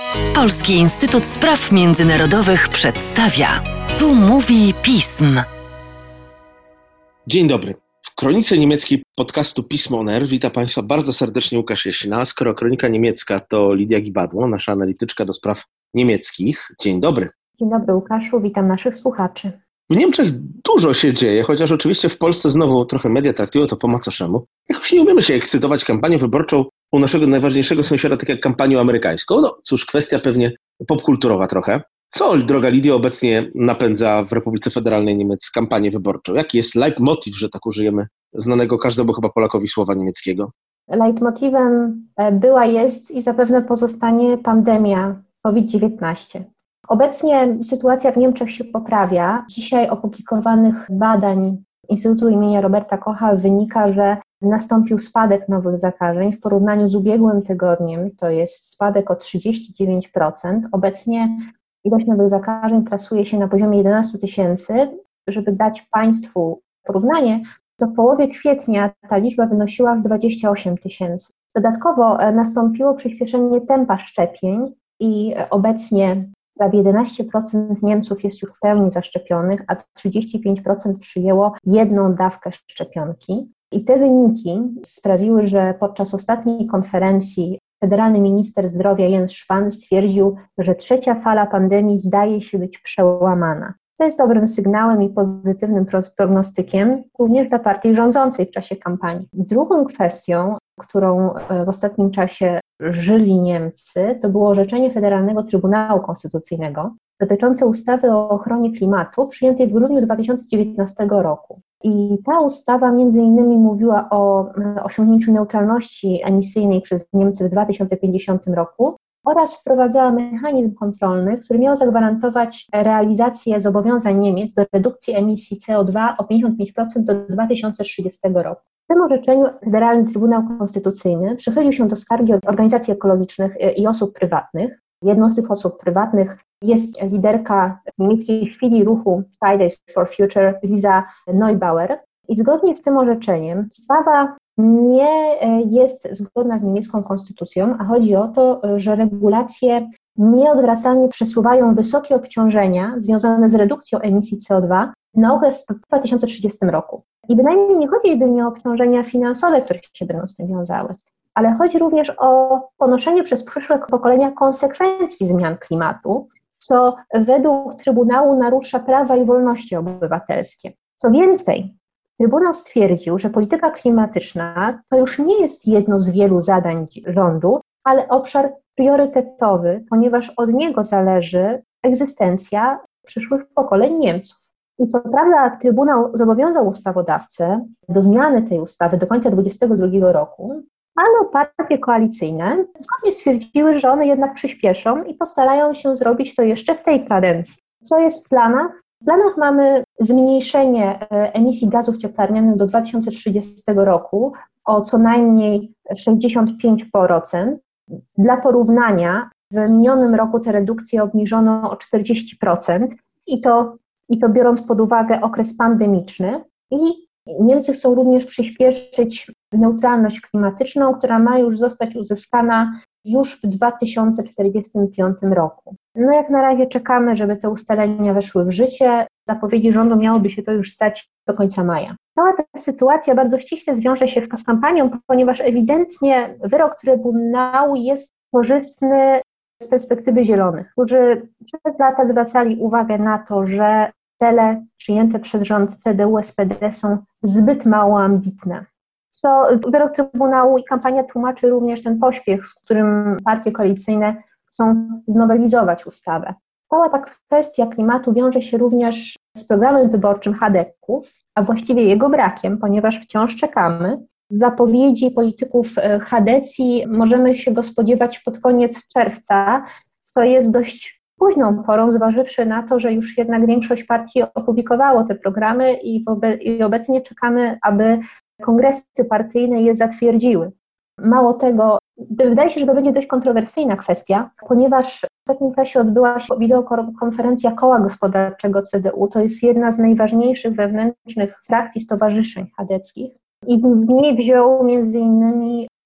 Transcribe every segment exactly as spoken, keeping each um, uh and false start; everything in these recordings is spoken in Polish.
Polski Instytut Spraw Międzynarodowych przedstawia. Tu mówi pism. Dzień dobry. W kronice niemieckiej podcastu Pismo on Air wita Państwa bardzo serdecznie Łukasz Jasina. Skoro kronika niemiecka, to Lidia Gibadło, nasza analityczka do spraw niemieckich. Dzień dobry. Dzień dobry Łukaszu, witam naszych słuchaczy. W Niemczech dużo się dzieje, chociaż oczywiście w Polsce znowu trochę media traktują to po macoszemu. Jakoś nie umiemy się ekscytować kampanią wyborczą u naszego najważniejszego sąsiada, tak jak kampanią amerykańską. No cóż, kwestia pewnie popkulturowa trochę. Co, droga Lidio, obecnie napędza w Republice Federalnej Niemiec kampanię wyborczą? Jaki jest leitmotiv, że tak użyjemy znanego każdemu chyba Polakowi słowa niemieckiego? Leitmotivem była, jest i zapewne pozostanie pandemia COVID dziewiętnaście. Obecnie sytuacja w Niemczech się poprawia. Dzisiaj opublikowanych badań Instytutu imienia Roberta Kocha wynika, że nastąpił spadek nowych zakażeń w porównaniu z ubiegłym tygodniem, to jest spadek o trzydzieści dziewięć procent. Obecnie ilość nowych zakażeń plasuje się na poziomie jedenaście tysięcy. Żeby dać Państwu porównanie, to w połowie kwietnia ta liczba wynosiła aż dwadzieścia osiem tysięcy. Dodatkowo nastąpiło przyspieszenie tempa szczepień i obecnie prawie jedenaście procent Niemców jest już w pełni zaszczepionych, a trzydzieści pięć procent przyjęło jedną dawkę szczepionki. I te wyniki sprawiły, że podczas ostatniej konferencji federalny minister zdrowia Jens Spahn stwierdził, że trzecia fala pandemii zdaje się być przełamana. To jest dobrym sygnałem i pozytywnym prognostykiem również dla partii rządzącej w czasie kampanii. Drugą kwestią, którą w ostatnim czasie żyli Niemcy, to było orzeczenie Federalnego Trybunału Konstytucyjnego dotyczące ustawy o ochronie klimatu przyjętej w grudniu dwa tysiące dziewiętnastego roku. I ta ustawa między innymi mówiła o osiągnięciu neutralności emisyjnej przez Niemcy w dwa tysiące pięćdziesiątym roku oraz wprowadzała mechanizm kontrolny, który miał zagwarantować realizację zobowiązań Niemiec do redukcji emisji C O dwa o pięćdziesiąt pięć procent do dwa tysiące trzydziestego roku. W tym orzeczeniu Federalny Trybunał Konstytucyjny przychylił się do skargi organizacji ekologicznych i osób prywatnych. Jedną z tych osób prywatnych jest liderka niemieckiej filii ruchu Fridays for Future, Lisa Neubauer. I zgodnie z tym orzeczeniem sprawa nie jest zgodna z niemiecką konstytucją, a chodzi o to, że regulacje nieodwracalnie przesuwają wysokie obciążenia związane z redukcją emisji C O dwa na okres w dwa tysiące trzydziestym roku. I bynajmniej nie chodzi jedynie o obciążenia finansowe, które się będą z tym wiązały, ale chodzi również o ponoszenie przez przyszłe pokolenia konsekwencji zmian klimatu, co według Trybunału narusza prawa i wolności obywatelskie. Co więcej, Trybunał stwierdził, że polityka klimatyczna to już nie jest jedno z wielu zadań rządu, ale obszar priorytetowy, ponieważ od niego zależy egzystencja przyszłych pokoleń Niemców. I co prawda Trybunał zobowiązał ustawodawcę do zmiany tej ustawy do końca dwa tysiące dwudziestego drugiego roku, ale partie koalicyjne zgodnie stwierdziły, że one jednak przyspieszą i postarają się zrobić to jeszcze w tej kadencji. Co jest w planach? W planach mamy zmniejszenie emisji gazów cieplarnianych do dwa tysiące trzydziestego roku o co najmniej sześćdziesiąt pięć procent. Dla porównania w minionym roku te redukcje obniżono o czterdzieści procent i to, i to biorąc pod uwagę okres pandemiczny. I Niemcy chcą również przyspieszyć neutralność klimatyczną, która ma już zostać uzyskana już w dwa tysiące czterdziestym piątym roku. No jak na razie czekamy, żeby te ustalenia weszły w życie. Zapowiedzi rządu miałoby się to już stać do końca maja. Cała ta sytuacja bardzo ściśle zwiąże się z kampanią, ponieważ ewidentnie wyrok Trybunału jest korzystny z perspektywy zielonych, którzy przez lata zwracali uwagę na to, że cele przyjęte przez rząd C D U S P D są zbyt mało ambitne. Co wyrok Trybunału i kampania tłumaczy również ten pośpiech, z którym partie koalicyjne chcą znowelizować ustawę. Cała ta kwestia klimatu wiąże się również z programem wyborczym chadeków, a właściwie jego brakiem, ponieważ wciąż czekamy. Z zapowiedzi polityków chadecji możemy się go spodziewać pod koniec czerwca, co jest dość późną porą, zważywszy na to, że już jednak większość partii opublikowało te programy i, wobe- i obecnie czekamy, aby kongresy partyjne je zatwierdziły. Mało tego, wydaje się, że to będzie dość kontrowersyjna kwestia, ponieważ w ostatnim czasie odbyła się wideokonferencja Koła Gospodarczego C D U. To jest jedna z najważniejszych wewnętrznych frakcji stowarzyszeń chadeckich i w niej wziął między innymi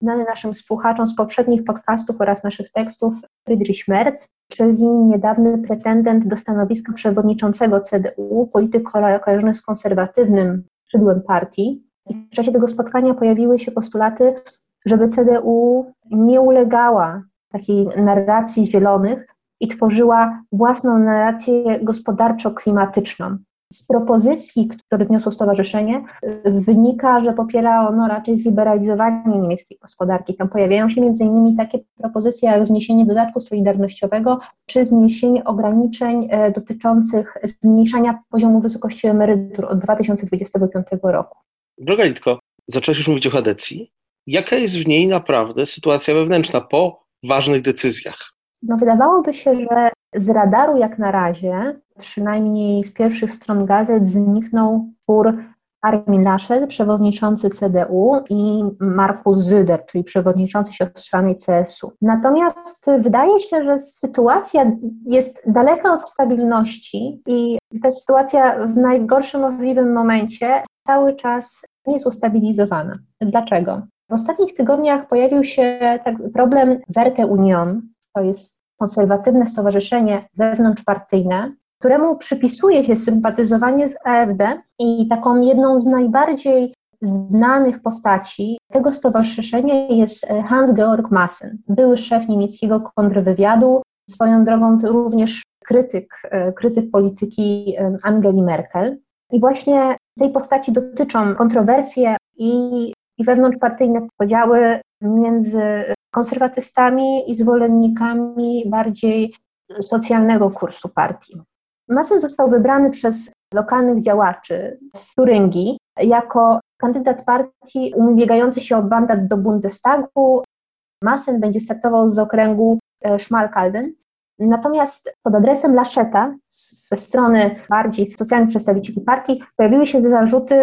znany naszym słuchaczom z poprzednich podcastów oraz naszych tekstów Friedrich Merz, czyli niedawny pretendent do stanowiska przewodniczącego C D U, polityk kojarzony z konserwatywnym skrzydłem partii. I w czasie tego spotkania pojawiły się postulaty, żeby C D U nie ulegała takiej narracji zielonych i tworzyła własną narrację gospodarczo-klimatyczną. Z propozycji, które wniosło stowarzyszenie, wynika, że popiera ono raczej zliberalizowanie niemieckiej gospodarki. Tam pojawiają się między innymi takie propozycje jak zniesienie dodatku solidarnościowego czy zniesienie ograniczeń dotyczących zmniejszania poziomu wysokości emerytur od dwa tysiące dwudziestego piątego roku. Droga Litko, zaczęłaś już mówić o Hadecji. Jaka jest w niej naprawdę sytuacja wewnętrzna po ważnych decyzjach? No wydawałoby się, że z radaru jak na razie, przynajmniej z pierwszych stron gazet, zniknął twór Armin Laschet, przewodniczący C D U, i Markus Söder, czyli przewodniczący siostrzanej C S U. Natomiast wydaje się, że sytuacja jest daleka od stabilności i ta sytuacja w najgorszym możliwym momencie cały czas nie jest ustabilizowana. Dlaczego? W ostatnich tygodniach pojawił się tak problem Werte Union, to jest konserwatywne stowarzyszenie wewnątrzpartyjne, któremu przypisuje się sympatyzowanie z A F D i taką jedną z najbardziej znanych postaci tego stowarzyszenia jest Hans-Georg Maassen, były szef niemieckiego kontrwywiadu, swoją drogą również krytyk, krytyk polityki Angeli Merkel. I właśnie tej postaci dotyczą kontrowersje i, i wewnątrzpartyjne podziały między konserwatystami i zwolennikami bardziej socjalnego kursu partii. Maassen został wybrany przez lokalnych działaczy w Turyngii jako kandydat partii ubiegający się o mandat do Bundestagu. Maassen będzie startował z okręgu Schmalkalden. Natomiast pod adresem Lascheta ze strony bardziej socjalnych przedstawicieli partii pojawiły się zarzuty,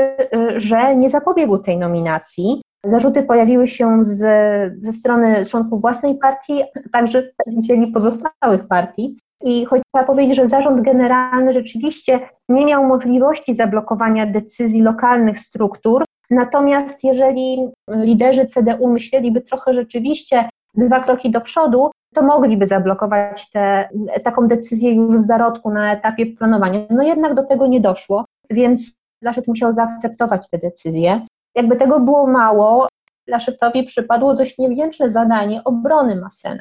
że nie zapobiegł tej nominacji. Zarzuty pojawiły się z, ze strony członków własnej partii, a także przedstawicieli pozostałych partii. I choć trzeba powiedzieć, że zarząd generalny rzeczywiście nie miał możliwości zablokowania decyzji lokalnych struktur, natomiast jeżeli liderzy C D U myśleliby trochę rzeczywiście dwa kroki do przodu, to mogliby zablokować tę taką decyzję już w zarodku na etapie planowania. No jednak do tego nie doszło, więc Laschet musiał zaakceptować tę decyzję. Jakby tego było mało, Laschetowi przypadło dość niewdzięczne zadanie obrony Maassena.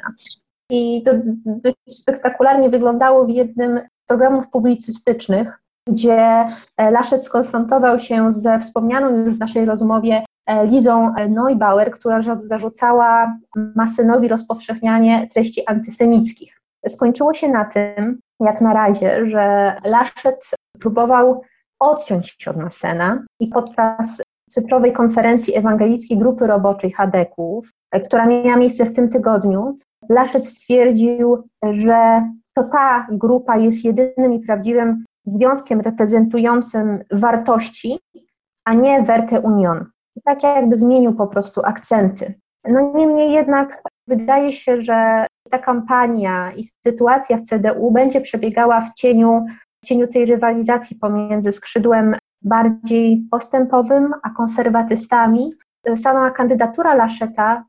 I to dość spektakularnie wyglądało w jednym z programów publicystycznych, gdzie Laschet skonfrontował się ze wspomnianą już w naszej rozmowie Lizą Neubauer, która zarzucała Maassenowi rozpowszechnianie treści antysemickich. Skończyło się na tym, jak na razie, że Laschet próbował odciąć się od Maassena i podczas cyfrowej konferencji ewangelickiej grupy roboczej chadeków, która miała miejsce w tym tygodniu, Laschet stwierdził, że to ta grupa jest jedynym i prawdziwym związkiem reprezentującym wartości, a nie Werte Union. I tak jakby zmienił po prostu akcenty. No niemniej jednak wydaje się, że ta kampania i sytuacja w C D U będzie przebiegała w cieniu, w cieniu tej rywalizacji pomiędzy skrzydłem bardziej postępowym a konserwatystami. Sama kandydatura Lascheta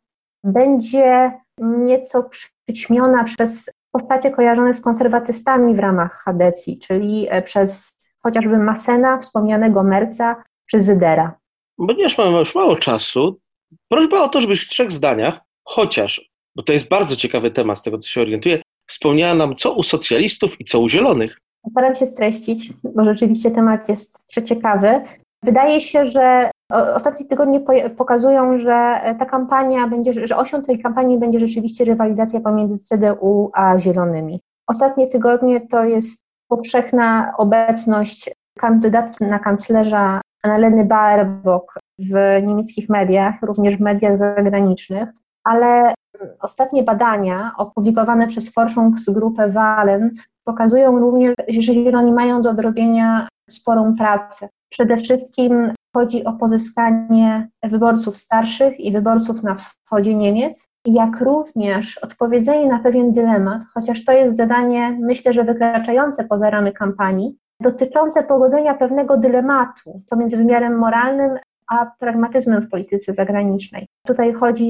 będzie nieco przyćmiona przez postacie kojarzone z konserwatystami w ramach Hadecji, czyli przez chociażby Maassena, wspomnianego Merza czy Södera. Ponieważ mamy już mało czasu, prośba o to, żebyś w trzech zdaniach, chociaż, bo to jest bardzo ciekawy temat z tego, co się orientuję, wspomniała nam, co u socjalistów i co u zielonych. Staram się streścić, bo rzeczywiście temat jest przeciekawy. Wydaje się, że ostatnie tygodnie pokazują, że ta kampania będzie, że osią tej kampanii będzie rzeczywiście rywalizacja pomiędzy C D U a zielonymi. Ostatnie tygodnie to jest powszechna obecność kandydatki na kanclerza Annaleny Baerbock w niemieckich mediach, również w mediach zagranicznych, ale ostatnie badania opublikowane przez Forschungsgruppe Wahlen pokazują również, że zieloni mają do odrobienia sporą pracę. Przede wszystkim chodzi o pozyskanie wyborców starszych i wyborców na wschodzie Niemiec, jak również odpowiedzenie na pewien dylemat, chociaż to jest zadanie, myślę, że wykraczające poza ramy kampanii, dotyczące pogodzenia pewnego dylematu pomiędzy wymiarem moralnym a pragmatyzmem w polityce zagranicznej. Tutaj chodzi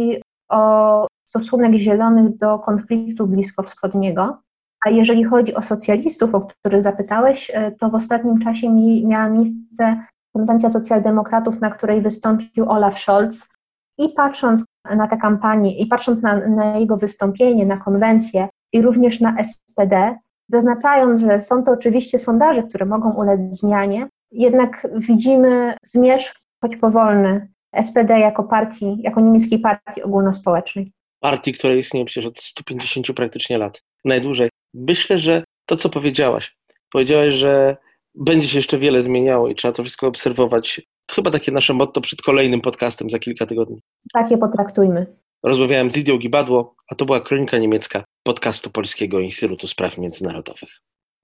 o stosunek Zielonych do konfliktu bliskowschodniego. A jeżeli chodzi o socjalistów, o których zapytałeś, to w ostatnim czasie mi, miała miejsce konwencja socjaldemokratów, na której wystąpił Olaf Scholz. I patrząc na tę kampanię, i patrząc na, na jego wystąpienie, na konwencję i również na S P D, zaznaczając, że są to oczywiście sondaże, które mogą ulec zmianie, jednak widzimy zmierzch, choć powolny, S P D jako partii, jako niemieckiej partii ogólnospołecznej. Partii, która istnieje przecież od stu pięćdziesięciu praktycznie lat, najdłużej. Myślę, że to, co powiedziałaś, powiedziałaś, że będzie się jeszcze wiele zmieniało i trzeba to wszystko obserwować. To chyba takie nasze motto przed kolejnym podcastem za kilka tygodni. Tak je potraktujmy. Rozmawiałem z Lidią Gibadło, a to była Kronika Niemiecka podcastu Polskiego Instytutu Spraw Międzynarodowych.